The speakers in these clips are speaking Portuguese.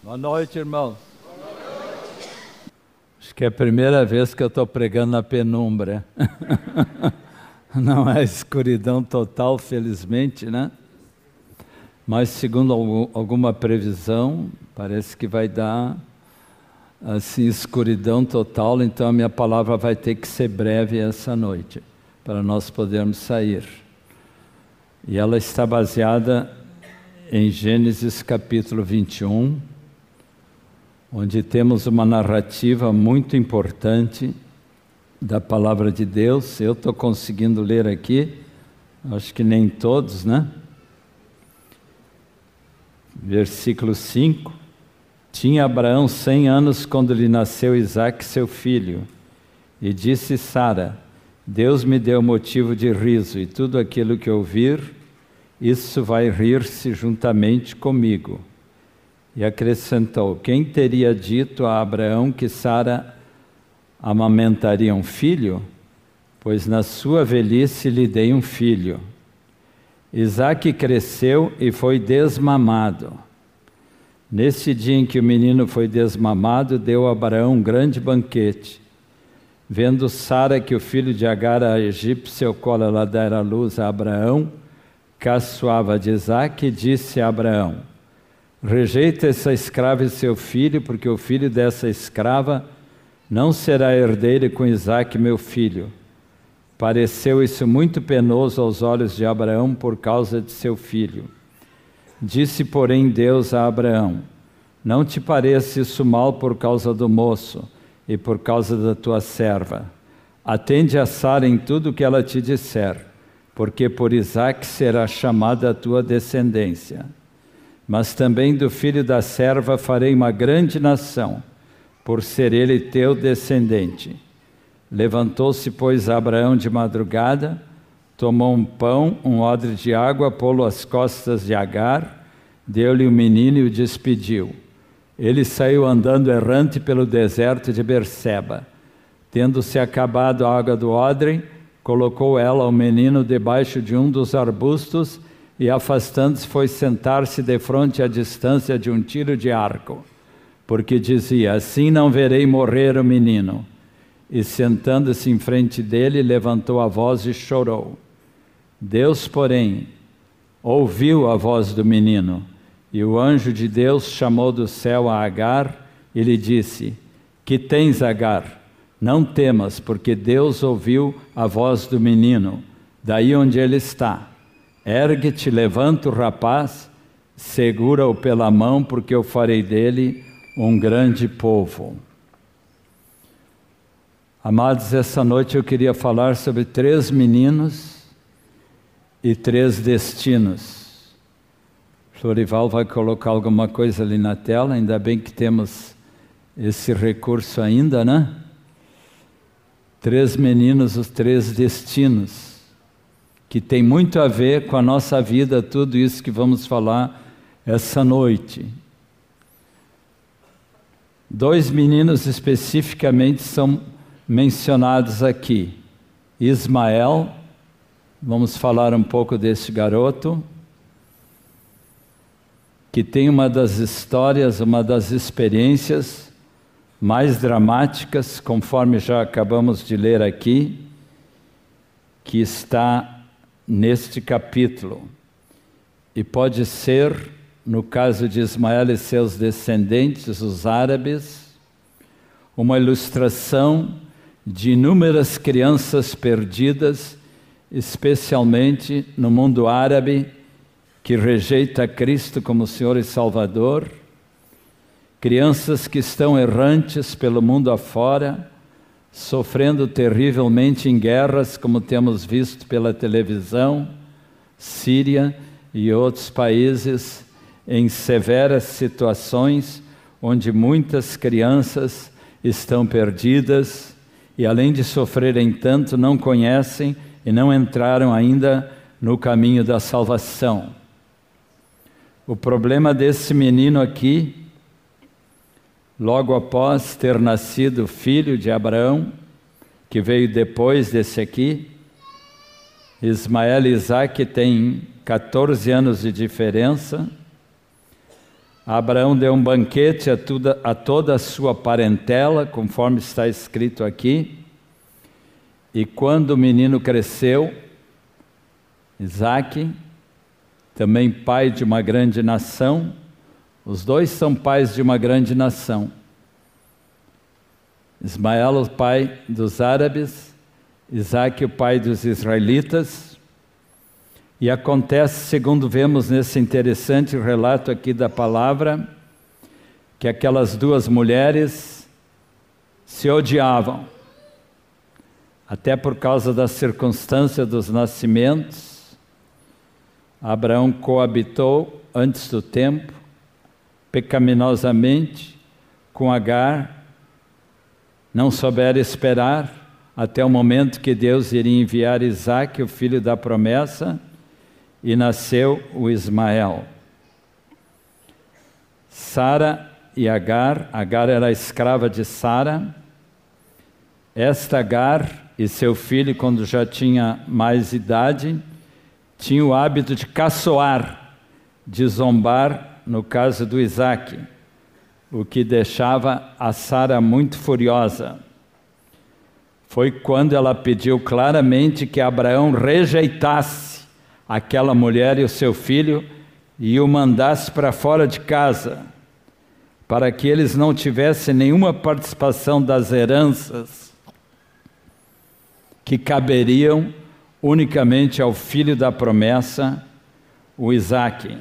Boa noite, irmãos. Acho que é a primeira vez que eu estou pregando na penumbra. Não é escuridão total, felizmente, né? Mas segundo alguma previsão, parece que vai dar assim escuridão total, então a minha palavra vai ter que ser breve essa noite, para nós podermos sair. E ela está baseada em Gênesis capítulo 21, onde temos uma narrativa muito importante da palavra de Deus. Eu estou conseguindo ler aqui, acho que nem todos, né? Versículo 5. Tinha Abraão 100 anos quando lhe nasceu Isaque, seu filho, e disse Sara: Deus me deu motivo de riso, e tudo aquilo que ouvir, isso vai rir-se juntamente comigo. E acrescentou: quem teria dito a Abraão que Sara amamentaria um filho? Pois na sua velhice lhe dei um filho. Isaque cresceu e foi desmamado. Nesse dia em que o menino foi desmamado, deu a Abraão um grande banquete. Vendo Sara que o filho de Agar, a egípcia, ao qual ela dera luz a Abraão, caçoava de Isaque, disse a Abraão: rejeita essa escrava e seu filho, porque o filho dessa escrava não será herdeiro com Isaque, meu filho. Pareceu isso muito penoso aos olhos de Abraão por causa de seu filho. Disse, porém, Deus a Abraão: não te pareça isso mal por causa do moço e por causa da tua serva. Atende a Sara em tudo o que ela te disser, porque por Isaque será chamada a tua descendência. Mas também do filho da serva farei uma grande nação, por ser ele teu descendente. Levantou-se, pois, Abraão de madrugada, tomou um pão, um odre de água, pô-lo às costas de Agar, deu-lhe o menino e o despediu. Ele saiu andando errante pelo deserto de Berseba. Tendo-se acabado a água do odre, colocou ela o menino debaixo de um dos arbustos e, afastando-se, foi sentar-se defronte à distância de um tiro de arco, porque dizia: assim não verei morrer o menino. E sentando-se em frente dele, levantou a voz e chorou. Deus, porém, ouviu a voz do menino, e o anjo de Deus chamou do céu a Agar e lhe disse: que tens, Agar? Não temas, porque Deus ouviu a voz do menino, daí onde ele está. Ergue-te, levanta o rapaz, segura-o pela mão, porque eu farei dele um grande povo. Amados, essa noite eu queria falar sobre 3 meninos e 3 destinos. Florival vai colocar alguma coisa ali na tela, ainda bem que temos esse recurso ainda, né? 3 meninos, os 3 destinos, que tem muito a ver com a nossa vida, tudo isso que vamos falar essa noite. 2 meninos especificamente são mencionados aqui. Ismael, vamos falar um pouco desse garoto, que tem uma das histórias, uma das experiências mais dramáticas, conforme já acabamos de ler aqui, que está neste capítulo. E pode ser, no caso de Ismael e seus descendentes, os árabes, uma ilustração de inúmeras crianças perdidas, especialmente no mundo árabe, que rejeita Cristo como Senhor e Salvador, crianças que estão errantes pelo mundo afora, sofrendo terrivelmente em guerras, como temos visto pela televisão, Síria e outros países, em severas situações, onde muitas crianças estão perdidas, e além de sofrerem tanto, não conhecem e não entraram ainda no caminho da salvação. O problema desse menino aqui, logo após ter nascido o filho de Abraão, que veio depois desse aqui, Ismael e Isaque têm 14 anos de diferença. Abraão deu um banquete a toda a sua parentela, conforme está escrito aqui. E quando o menino cresceu, Isaque, também pai de uma grande nação, os dois são pais de uma grande nação. Ismael, o pai dos árabes, Isaque, o pai dos israelitas. E acontece, segundo vemos nesse interessante relato aqui da palavra, que aquelas duas mulheres se odiavam, até por causa da circunstância dos nascimentos. Abraão coabitou antes do tempo, pecaminosamente, com Agar, não souberam esperar até o momento que Deus iria enviar Isaque, o filho da promessa, e nasceu o Ismael. Sara e Agar era escrava de Sara. Esta Agar e seu filho, quando já tinha mais idade, tinham o hábito de caçoar, de zombar, no caso do Isaque, o que deixava a Sara muito furiosa. Foi quando ela pediu claramente que Abraão rejeitasse aquela mulher e o seu filho e o mandasse para fora de casa, para que eles não tivessem nenhuma participação das heranças que caberiam unicamente ao filho da promessa, o Isaque.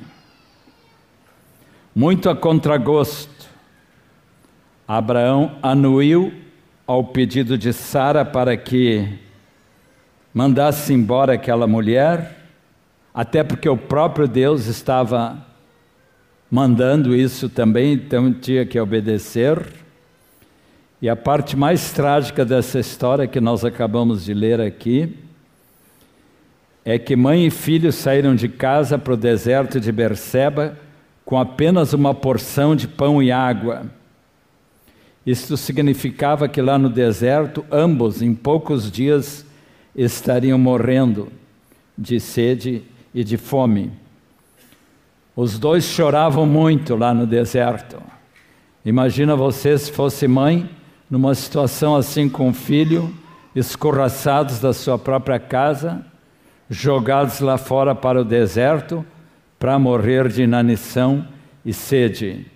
Muito a contragosto, Abraão anuiu ao pedido de Sara para que mandasse embora aquela mulher, até porque o próprio Deus estava mandando isso também, então tinha que obedecer. E a parte mais trágica dessa história que nós acabamos de ler aqui é que mãe e filho saíram de casa para o deserto de Berseba com apenas uma porção de pão e água. Isto significava que lá no deserto, ambos, em poucos dias, estariam morrendo de sede e de fome. Os dois choravam muito lá no deserto. Imagina você se fosse mãe, numa situação assim com o filho, escorraçados da sua própria casa, jogados lá fora para o deserto, para morrer de inanição e sede.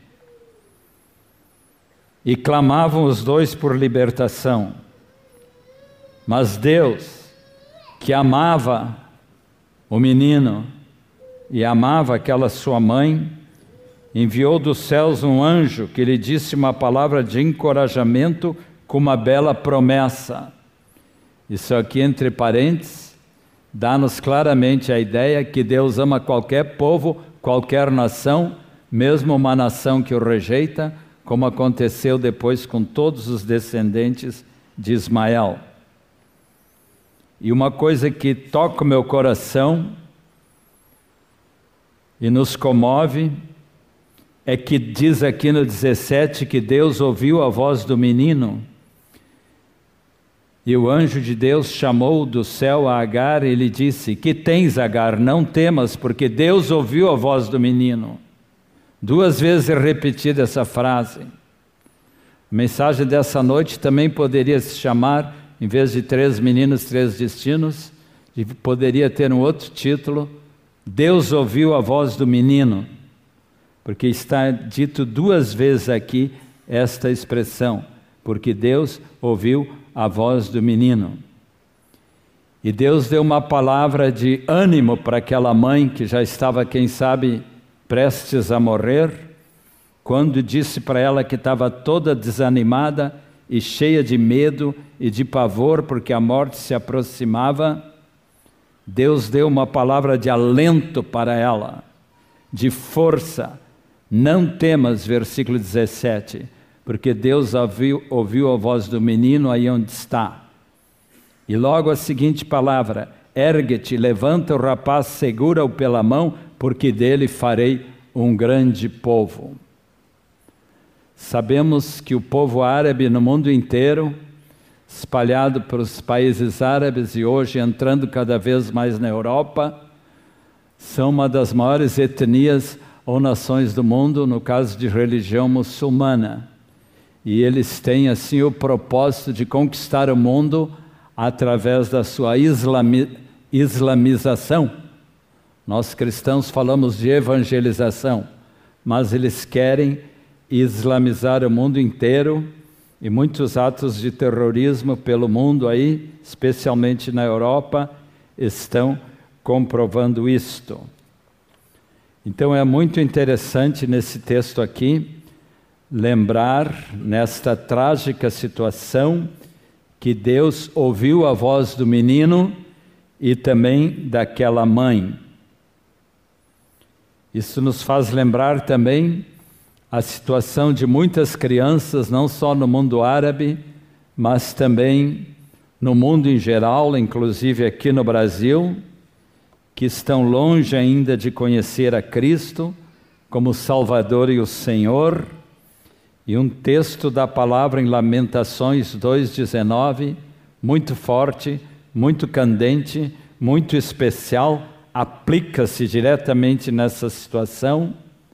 E clamavam os dois por libertação. Mas Deus, que amava o menino e amava aquela sua mãe, enviou dos céus um anjo que lhe disse uma palavra de encorajamento com uma bela promessa. Isso aqui, entre parênteses, dá-nos claramente a ideia que Deus ama qualquer povo, qualquer nação, mesmo uma nação que o rejeita, como aconteceu depois com todos os descendentes de Ismael. E uma coisa que toca o meu coração e nos comove é que diz aqui no 17 que Deus ouviu a voz do menino e o anjo de Deus chamou do céu a Agar e lhe disse: que tens, Agar? Não temas, porque Deus ouviu a voz do menino. 2 vezes é repetida essa frase. A mensagem dessa noite também poderia se chamar, em vez de 3 meninos, 3 destinos, poderia ter um outro título: Deus ouviu a voz do menino, porque está dito 2 vezes aqui esta expressão, porque Deus ouviu a voz do menino. E Deus deu uma palavra de ânimo para aquela mãe que já estava, quem sabe, prestes a morrer, quando disse para ela que estava toda desanimada e cheia de medo e de pavor, porque a morte se aproximava. Deus deu uma palavra de alento para ela, de força. Não temas, versículo 17, porque Deus ouviu a voz do menino aí onde está. E logo a seguinte palavra: ergue-te, levanta o rapaz, segura-o pela mão, porque dele farei um grande povo. Sabemos que o povo árabe no mundo inteiro, espalhado pelos países árabes e hoje entrando cada vez mais na Europa, são uma das maiores etnias ou nações do mundo, no caso de religião muçulmana. E eles têm assim o propósito de conquistar o mundo através da sua islamização. Nós cristãos falamos de evangelização, mas eles querem islamizar o mundo inteiro, e muitos atos de terrorismo pelo mundo aí, especialmente na Europa, estão comprovando isto. Então é muito interessante nesse texto aqui lembrar, nesta trágica situação, que Deus ouviu a voz do menino e também daquela mãe. Isso nos faz lembrar também a situação de muitas crianças, não só no mundo árabe, mas também no mundo em geral, inclusive aqui no Brasil, que estão longe ainda de conhecer a Cristo como Salvador e o Senhor. E um texto da palavra em Lamentações 2,19, muito forte, muito candente, muito especial, aplica-se diretamente nessa situação,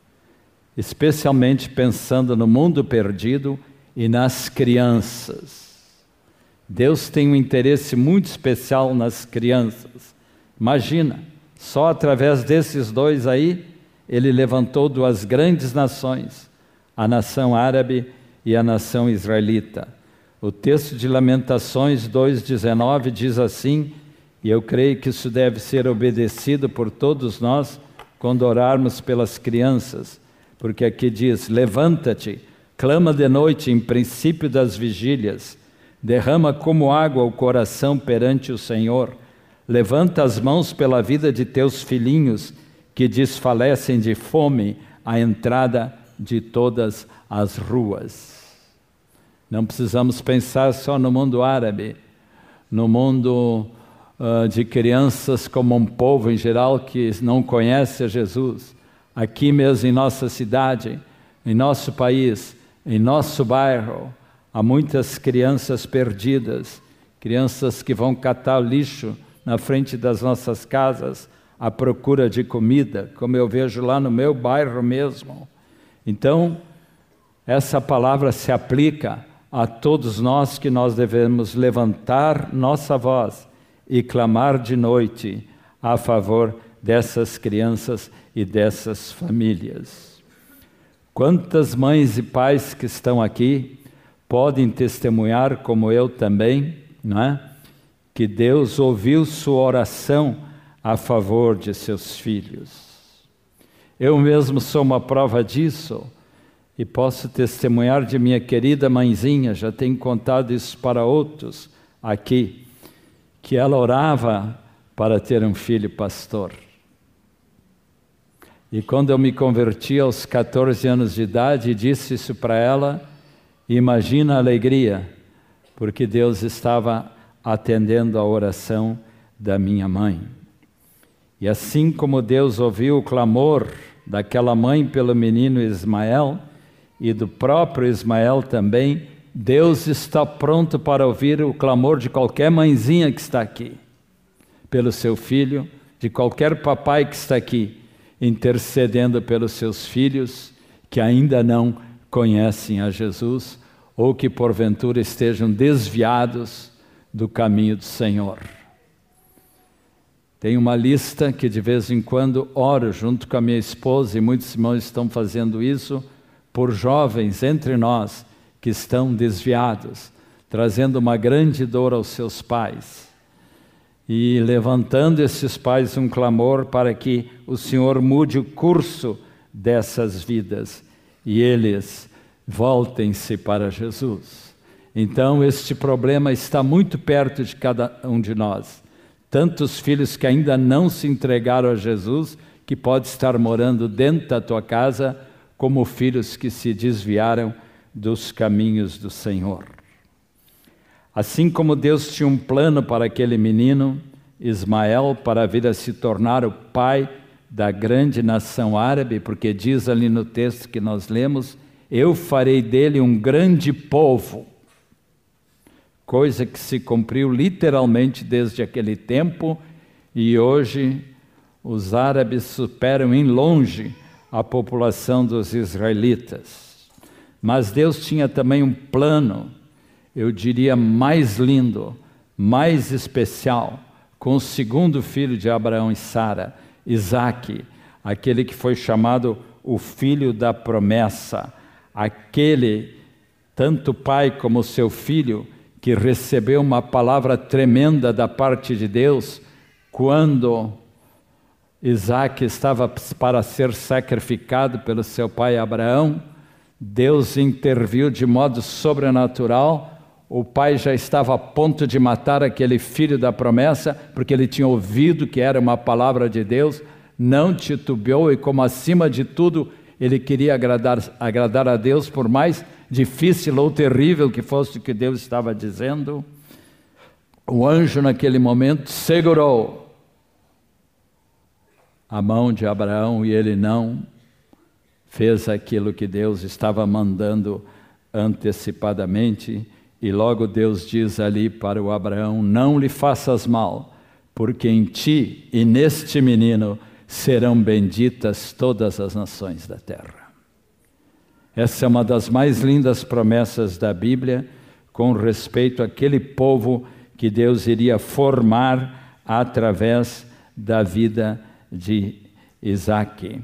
especialmente pensando no mundo perdido e nas crianças. Deus tem um interesse muito especial nas crianças. Imagina, só através desses dois aí, Ele levantou duas grandes nações, a nação árabe e a nação israelita. O texto de Lamentações 2,19 diz assim, e eu creio que isso deve ser obedecido por todos nós quando orarmos pelas crianças, porque aqui diz: levanta-te, clama de noite em princípio das vigílias, derrama como água o coração perante o Senhor, levanta as mãos pela vida de teus filhinhos, que desfalecem de fome à entrada de todas as ruas. Não precisamos pensar só no mundo árabe, no mundo de crianças como um povo em geral que não conhece a Jesus. Aqui mesmo em nossa cidade, em nosso país, em nosso bairro, há muitas crianças perdidas, crianças que vão catar lixo na frente das nossas casas à procura de comida, como eu vejo lá no meu bairro mesmo. Então, essa palavra se aplica a todos nós, que nós devemos levantar nossa voz e clamar de noite a favor dessas crianças e dessas famílias. Quantas mães e pais que estão aqui podem testemunhar, como eu também, não é? Que Deus ouviu sua oração a favor de seus filhos. Eu mesmo sou uma prova disso e posso testemunhar de minha querida mãezinha, já tenho contado isso para outros aqui, que ela orava para ter um filho pastor. E quando eu me converti aos 14 anos de idade e disse isso para ela, imagina a alegria, porque Deus estava atendendo a oração da minha mãe. E assim como Deus ouviu o clamor daquela mãe pelo menino Ismael, e do próprio Ismael também, Deus está pronto para ouvir o clamor de qualquer mãezinha que está aqui, pelo seu filho, de qualquer papai que está aqui, intercedendo pelos seus filhos que ainda não conhecem a Jesus, ou que porventura estejam desviados do caminho do Senhor. Tem uma lista que de vez em quando oro junto com a minha esposa, e muitos irmãos estão fazendo isso, por jovens entre nós que estão desviados, trazendo uma grande dor aos seus pais, e levantando esses pais um clamor para que o Senhor mude o curso dessas vidas, e eles voltem-se para Jesus. Então este problema está muito perto de cada um de nós. Tantos filhos que ainda não se entregaram a Jesus, que pode estar morando dentro da tua casa, como filhos que se desviaram dos caminhos do Senhor. Assim como Deus tinha um plano para aquele menino, Ismael, para vir a se tornar o pai da grande nação árabe, porque diz ali no texto que nós lemos, eu farei dele um grande povo. Coisa que se cumpriu literalmente desde aquele tempo, e hoje os árabes superam em longe a população dos israelitas. Mas Deus tinha também um plano, eu diria mais lindo, mais especial, com o segundo filho de Abraão e Sara, Isaque, aquele que foi chamado o filho da promessa, aquele, tanto o pai como o seu filho, que recebeu uma palavra tremenda da parte de Deus, quando Isaque estava para ser sacrificado pelo seu pai Abraão. Deus interviu de modo sobrenatural. O pai já estava a ponto de matar aquele filho da promessa, porque ele tinha ouvido que era uma palavra de Deus, não titubeou, e como acima de tudo ele queria agradar a Deus, por mais difícil ou terrível que fosse o que Deus estava dizendo, o anjo naquele momento segurou a mão de Abraão e ele não fez aquilo que Deus estava mandando antecipadamente. E logo Deus diz ali para o Abraão: não lhe faças mal, porque em ti e neste menino serão benditas todas as nações da terra. Essa é uma das mais lindas promessas da Bíblia com respeito àquele povo que Deus iria formar através da vida de Isaque.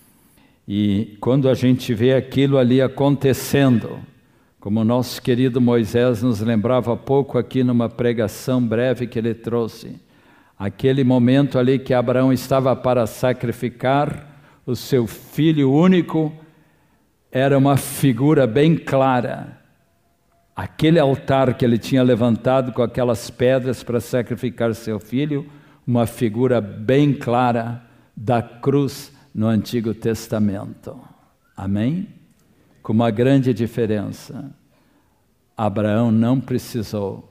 E quando a gente vê aquilo ali acontecendo, como o nosso querido Moisés nos lembrava há pouco aqui numa pregação breve que ele trouxe, aquele momento ali que Abraão estava para sacrificar o seu filho único, era uma figura bem clara. Aquele altar que ele tinha levantado com aquelas pedras para sacrificar seu filho, uma figura bem clara da cruz no Antigo Testamento. Amém? Com uma grande diferença. Abraão não precisou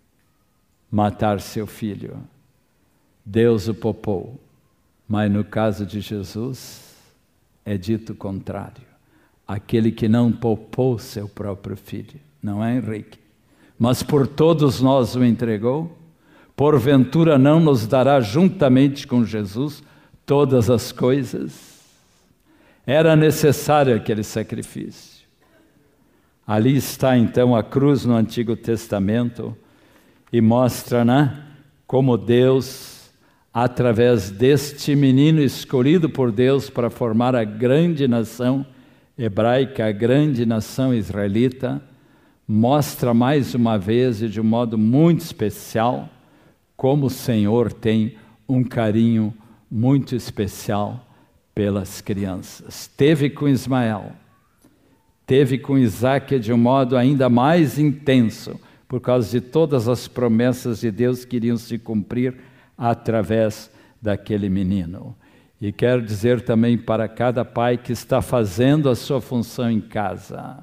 matar seu filho. Deus o poupou. Mas no caso de Jesus, é dito o contrário. Aquele que não poupou seu próprio filho, não é, Henrique? Mas por todos nós o entregou, porventura não nos dará juntamente com Jesus todas as coisas? Era necessário aquele sacrifício. Ali está então a cruz no Antigo Testamento e mostra, né, como Deus, através deste menino escolhido por Deus para formar a grande nação hebraica, a grande nação israelita, mostra mais uma vez e de um modo muito especial como o Senhor tem um carinho muito especial pelas crianças. Teve com Ismael, teve com Isaque de um modo ainda mais intenso, por causa de todas as promessas de Deus que iriam se cumprir através daquele menino. E quero dizer também para cada pai que está fazendo a sua função em casa: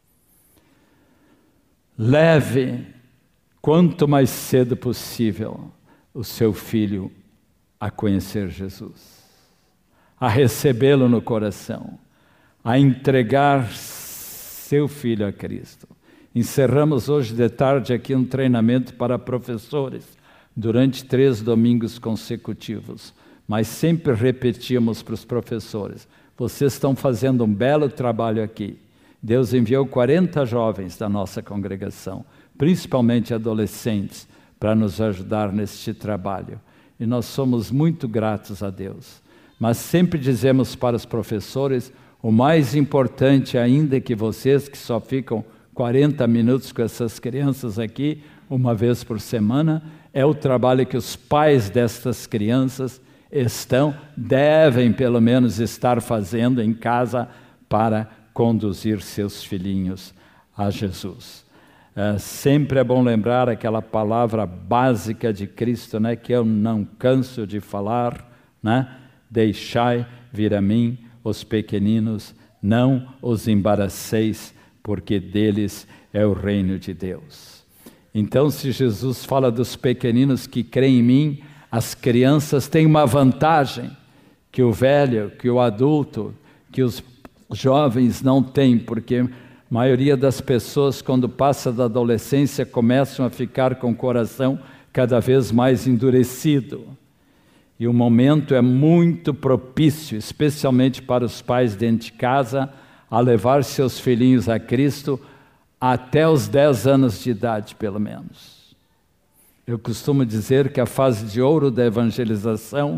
leve, quanto mais cedo possível, o seu filho a conhecer Jesus, a recebê-lo no coração, a entregar seu filho a Cristo. Encerramos hoje de tarde aqui um treinamento para professores, durante 3 domingos consecutivos, mas sempre repetíamos para os professores: vocês estão fazendo um belo trabalho aqui. Deus enviou 40 jovens da nossa congregação, principalmente adolescentes, para nos ajudar neste trabalho. E nós somos muito gratos a Deus. Mas sempre dizemos para os professores: o mais importante ainda é que vocês que só ficam 40 minutos com essas crianças aqui, uma vez por semana, é o trabalho que os pais destas crianças devem pelo menos estar fazendo em casa para conduzir seus filhinhos a Jesus. Sempre é bom lembrar aquela palavra básica de Cristo, né, que eu não canso de falar, né? Deixai vir a mim os pequeninos, não os embaraceis, porque deles é o reino de Deus. Então, se Jesus fala dos pequeninos que creem em mim, as crianças têm uma vantagem que o velho, que o adulto, que os jovens não têm, porque a maioria das pessoas, quando passa da adolescência, começam a ficar com o coração cada vez mais endurecido. E o momento é muito propício, especialmente para os pais dentro de casa, a levar seus filhinhos a Cristo até os 10 anos de idade, pelo menos. Eu costumo dizer que a fase de ouro da evangelização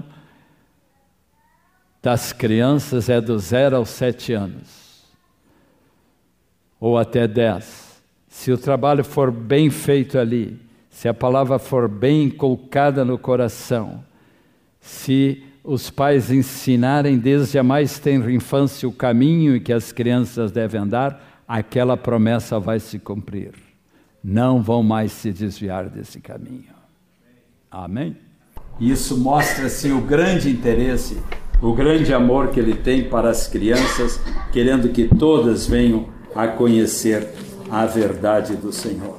das crianças é do 0 aos 7 anos, ou até 10. Se o trabalho for bem feito ali, se a palavra for bem inculcada no coração, se os pais ensinarem desde a mais tenra infância o caminho em que as crianças devem andar, aquela promessa vai se cumprir. Não vão mais se desviar desse caminho. Amém? Isso mostra assim o grande interesse, o grande amor que ele tem para as crianças, querendo que todas venham a conhecer a verdade do Senhor.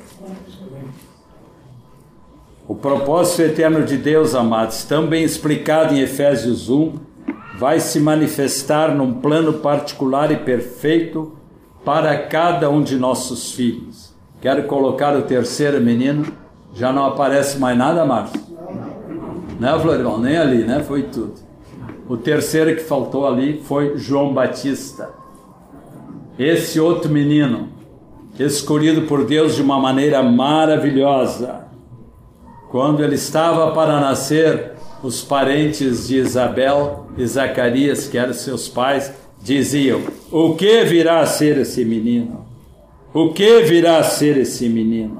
O propósito eterno de Deus, amados, tão bem explicado em Efésios 1, vai se manifestar num plano particular e perfeito para cada um de nossos filhos. Quero colocar o terceiro menino. Já não aparece mais nada, Márcio? Né, Florival? Nem ali, né? Foi tudo. O terceiro que faltou ali foi João Batista. Esse outro menino, escolhido por Deus de uma maneira maravilhosa. Quando ele estava para nascer, os parentes de Isabel e Zacarias, que eram seus pais, diziam: o que virá a ser esse menino? O que virá a ser esse menino?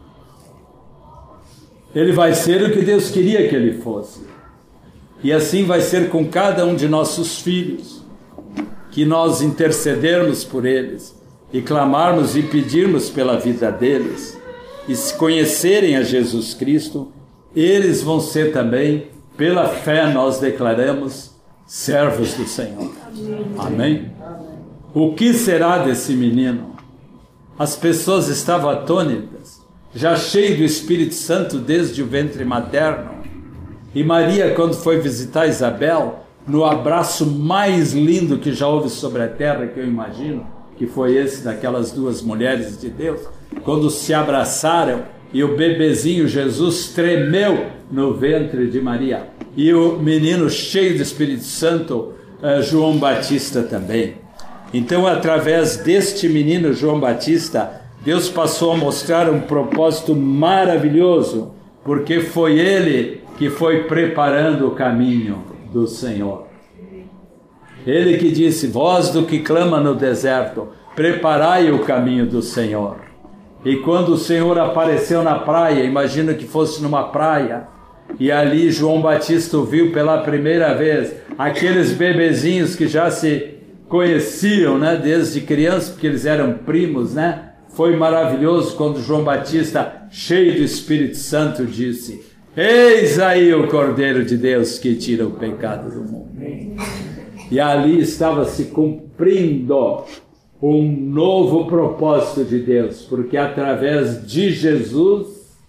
Ele vai ser o que Deus queria que ele fosse. E assim vai ser com cada um de nossos filhos, que nós intercedermos por eles e clamarmos e pedirmos pela vida deles, e se conhecerem a Jesus Cristo, eles vão ser também, pela fé nós declaramos, servos do Senhor. Amém? O que será desse menino? As pessoas estavam atônitas, já cheio do Espírito Santo desde o ventre materno. E Maria, quando foi visitar Isabel, no abraço mais lindo que já houve sobre a terra, que eu imagino, que foi esse daquelas duas mulheres de Deus, quando se abraçaram e o bebezinho Jesus tremeu no ventre de Maria, e o menino cheio do Espírito Santo, João Batista também. Então, através deste menino João Batista, Deus passou a mostrar um propósito maravilhoso, porque foi ele que foi preparando o caminho do Senhor. Ele que disse: voz do que clama no deserto, preparai o caminho do Senhor. E quando o Senhor apareceu na praia, imagino que fosse numa praia, e ali João Batista viu pela primeira vez aqueles bebezinhos que já se conheciam, né, desde criança, porque eles eram primos, né? Foi maravilhoso quando João Batista, cheio do Espírito Santo, disse: eis aí o Cordeiro de Deus que tira o pecado do mundo. E ali estava se cumprindo um novo propósito de Deus, porque através de Jesus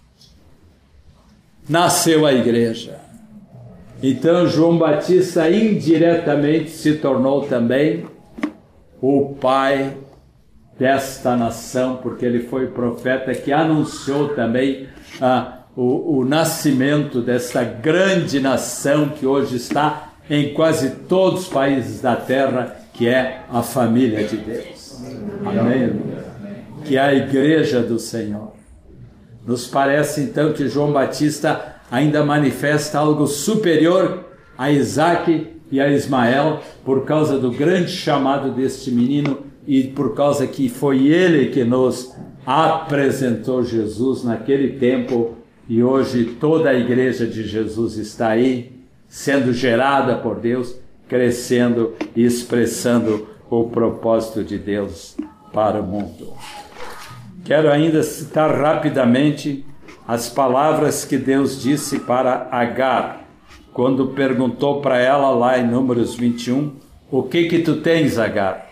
nasceu a igreja. Então João Batista indiretamente se tornou também o pai desta nação, porque ele foi profeta que anunciou também o nascimento desta grande nação que hoje está em quase todos os países da terra, que é a família de Deus. Amém? Que é a igreja do Senhor. Nos parece então que João Batista ainda manifesta algo superior a Isaac e a Ismael, por causa do grande chamado deste menino e por causa que foi ele que nos apresentou Jesus naquele tempo, e hoje toda a igreja de Jesus está aí, sendo gerada por Deus, crescendo e expressando o propósito de Deus para o mundo. Quero ainda citar rapidamente as palavras que Deus disse para Agar, quando perguntou para ela lá em Números 21, o que tu tens, Agar?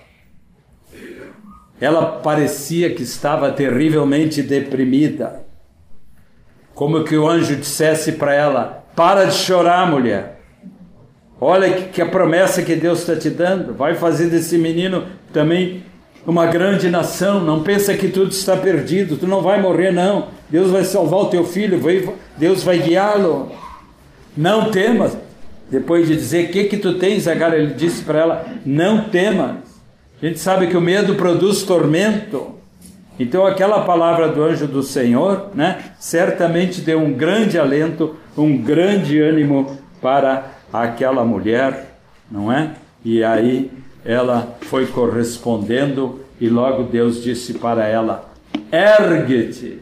Ela parecia que estava terrivelmente deprimida, como que o anjo dissesse para ela: para de chorar, mulher. Olha que a promessa que Deus está te dando, vai fazer desse menino também uma grande nação. Não pensa que tudo está perdido, tu não vai morrer não, Deus vai salvar o teu filho, Deus vai guiá-lo. Não temas, Depois de dizer, o que tu tens, Agar? Ele disse para ela, não temas. A gente sabe que o medo produz tormento. Então aquela palavra do anjo do Senhor, né, certamente deu um grande alento, um grande ânimo para aquela mulher, não é? E aí ela foi correspondendo e logo Deus disse para ela, ergue-te,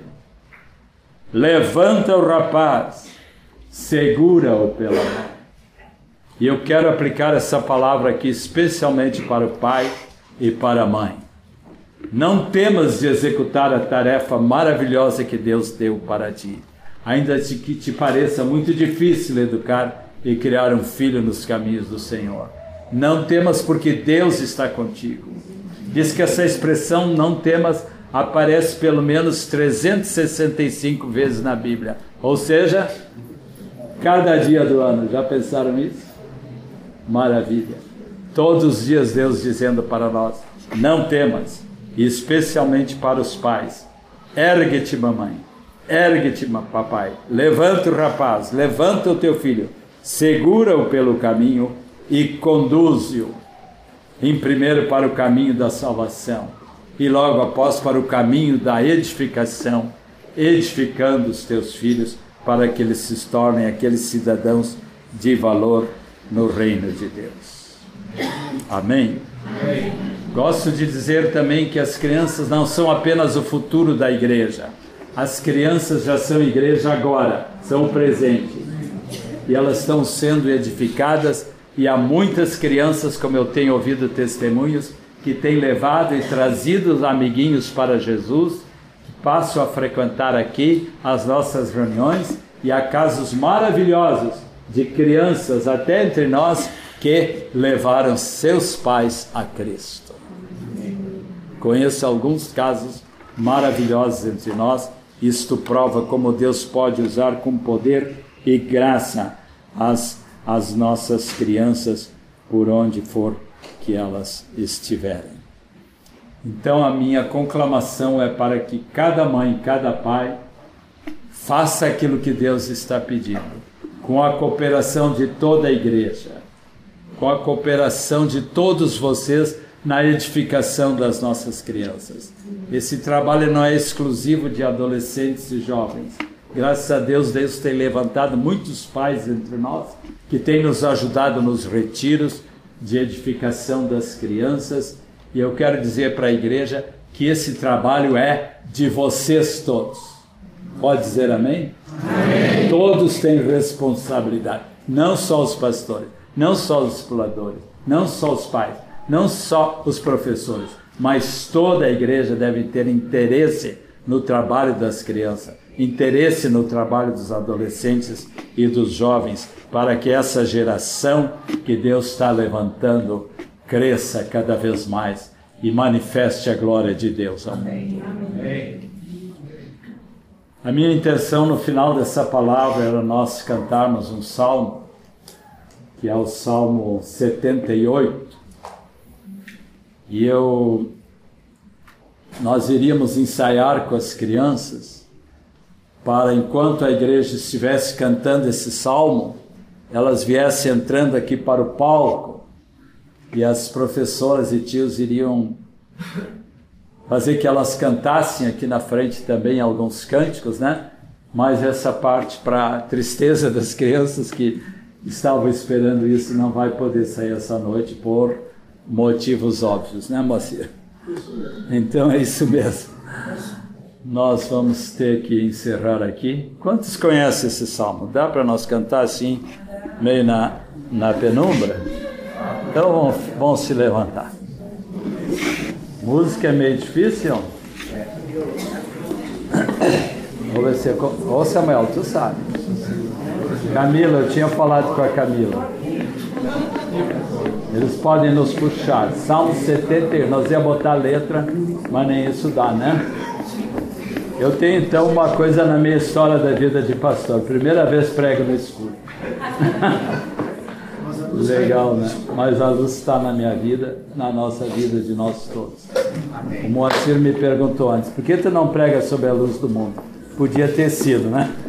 levanta o rapaz, segura-o pela mão. E eu quero aplicar essa palavra aqui especialmente para o pai e para a mãe. Não temas de executar a tarefa maravilhosa que Deus deu para ti, ainda que te pareça muito difícil educar e criar um filho nos caminhos do Senhor. Não temas, porque Deus está contigo. Diz que essa expressão não temas aparece pelo menos 365 vezes na Bíblia, ou seja, cada dia do ano. Já pensaram nisso? Maravilha. Todos os dias Deus dizendo para nós, não temas. E especialmente para os pais, ergue-te, mamãe, ergue-te, papai, levanta o rapaz, levanta o teu filho, segura-o pelo caminho e conduze-o, em primeiro para o caminho da salvação, e logo após para o caminho da edificação, edificando os teus filhos, para que eles se tornem aqueles cidadãos de valor no reino de Deus. Amém? Amém. Gosto de dizer também que as crianças não são apenas o futuro da igreja. As crianças já são igreja agora, são o presente. E elas estão sendo edificadas, e há muitas crianças, como eu tenho ouvido testemunhos, que têm levado e trazido os amiguinhos para Jesus, que passam a frequentar aqui as nossas reuniões, e há casos maravilhosos de crianças, até entre nós, que levaram seus pais a Cristo. Conheço alguns casos maravilhosos entre nós. Isto prova como Deus pode usar com poder e graça as nossas crianças por onde for que elas estiverem. Então a minha conclamação é para que cada mãe, cada pai faça aquilo que Deus está pedindo, com a cooperação de toda a igreja, com a cooperação de todos vocês na edificação das nossas crianças. Esse trabalho não é exclusivo de adolescentes e jovens. Graças a Deus, Deus tem levantado muitos pais entre nós que têm nos ajudado nos retiros de edificação das crianças. E eu quero dizer para a igreja que esse trabalho é de vocês todos. Pode dizer amém? Amém. Todos têm responsabilidade. Não só os pastores, não só os discipuladores, não só os pais, não só os professores, mas toda a igreja deve ter interesse no trabalho das crianças, interesse no trabalho dos adolescentes e dos jovens, para que essa geração que Deus está levantando cresça cada vez mais e manifeste a glória de Deus. Amém. Amém. A minha intenção no final dessa palavra era nós cantarmos um salmo, que é o Salmo 78, e nós iríamos ensaiar com as crianças, para enquanto a igreja estivesse cantando esse salmo, elas viessem entrando aqui para o palco, e as professoras e tios iriam fazer que elas cantassem aqui na frente também alguns cânticos, né? Mas essa parte, para a tristeza das crianças que estavam esperando isso, não vai poder sair essa noite por motivos óbvios, né, Moacir? Então é isso mesmo. Nós vamos ter que encerrar aqui. Quantos conhecem esse salmo? Dá para nós cantar assim, meio na penumbra? Então vão se levantar. Música é meio difícil? Vou ver se ô Samuel, tu sabe. Camila, eu tinha falado com a Camila. Eles podem nos puxar. Salmo 70, nós ia botar a letra, mas nem isso dá, né? Eu tenho então uma coisa na minha história da vida de pastor. Primeira vez prego no escuro. Legal, né? Mas a luz está na minha vida, na nossa vida, de nós todos. O Moacir me perguntou antes, por que tu não prega sobre a luz do mundo? Podia ter sido, né?